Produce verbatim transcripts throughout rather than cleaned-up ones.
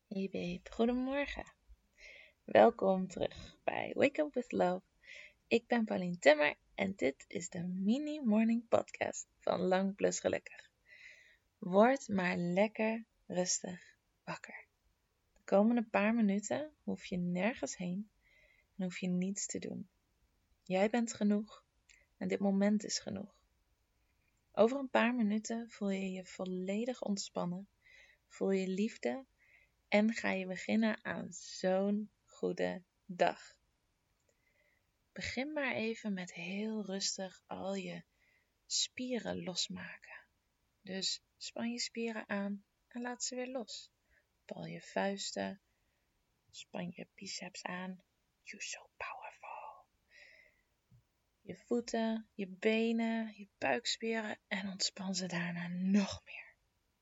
Hey babe, goedemorgen. Welkom terug bij Wake Up With Love. Ik ben Pauline Timmer en dit is de mini morning podcast van Lang Plus Gelukkig. Word maar lekker rustig wakker. De komende paar minuten hoef je nergens heen en hoef je niets te doen. Jij bent genoeg en dit moment is genoeg. Over een paar minuten voel je je volledig ontspannen, voel je liefde en ga je beginnen aan zo'n goede dag. Begin maar even met heel rustig al je spieren losmaken. Dus span je spieren aan en laat ze weer los. Bal je vuisten, span je biceps aan. You're so powerful. Je voeten, je benen, je buikspieren en ontspan ze daarna nog meer.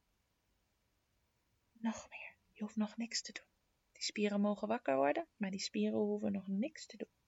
Nog meer. Je hoeft nog niks te doen. Die spieren mogen wakker worden, maar die spieren hoeven nog niks te doen.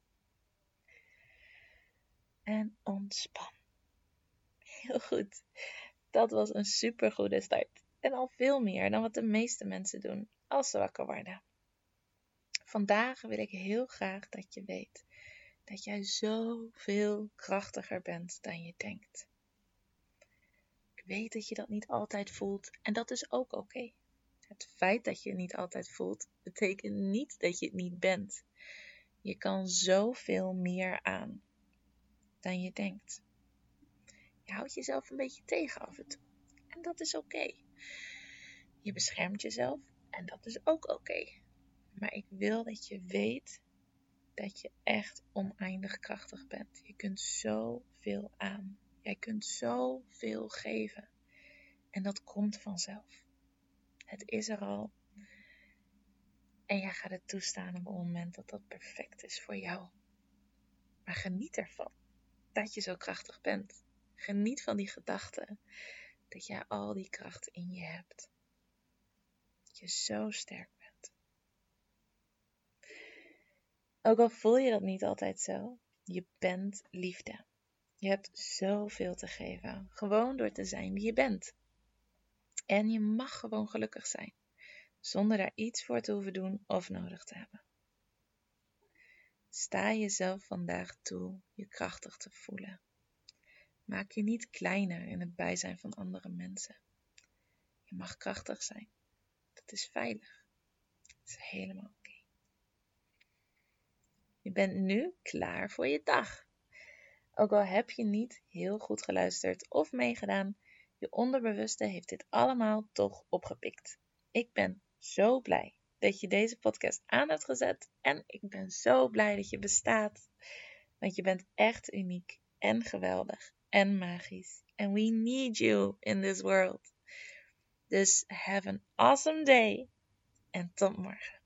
En ontspan. Heel goed. Dat was een super goede start. En al veel meer dan wat de meeste mensen doen als ze wakker worden. Vandaag wil ik heel graag dat je weet dat jij zoveel krachtiger bent dan je denkt. Ik weet dat je dat niet altijd voelt en dat is ook oké. Het feit dat je het niet altijd voelt, betekent niet dat je het niet bent. Je kan zoveel meer aan dan je denkt. Je houdt jezelf een beetje tegen af en toe. En dat is oké. Je beschermt jezelf en dat is ook oké. Maar ik wil dat je weet dat je echt oneindig krachtig bent. Je kunt zoveel aan. Jij kunt zoveel geven. En dat komt vanzelf. Het is er al. En jij gaat het toestaan op het moment dat dat perfect is voor jou. Maar geniet ervan dat je zo krachtig bent. Geniet van die gedachte dat jij al die kracht in je hebt. Dat je zo sterk bent. Ook al voel je dat niet altijd zo, je bent liefde. Je hebt zoveel te geven, gewoon door te zijn wie je bent. En je mag gewoon gelukkig zijn, zonder daar iets voor te hoeven doen of nodig te hebben. Sta jezelf vandaag toe je krachtig te voelen. Maak je niet kleiner in het bijzijn van andere mensen. Je mag krachtig zijn. Dat is veilig. Dat is helemaal oké. Je bent nu klaar voor je dag. Ook al heb je niet heel goed geluisterd of meegedaan, je onderbewuste heeft dit allemaal toch opgepikt. Ik ben zo blij dat je deze podcast aan hebt gezet en ik ben zo blij dat je bestaat. Want je bent echt uniek en geweldig en magisch. And we need you in this world. Dus have an awesome day en tot morgen.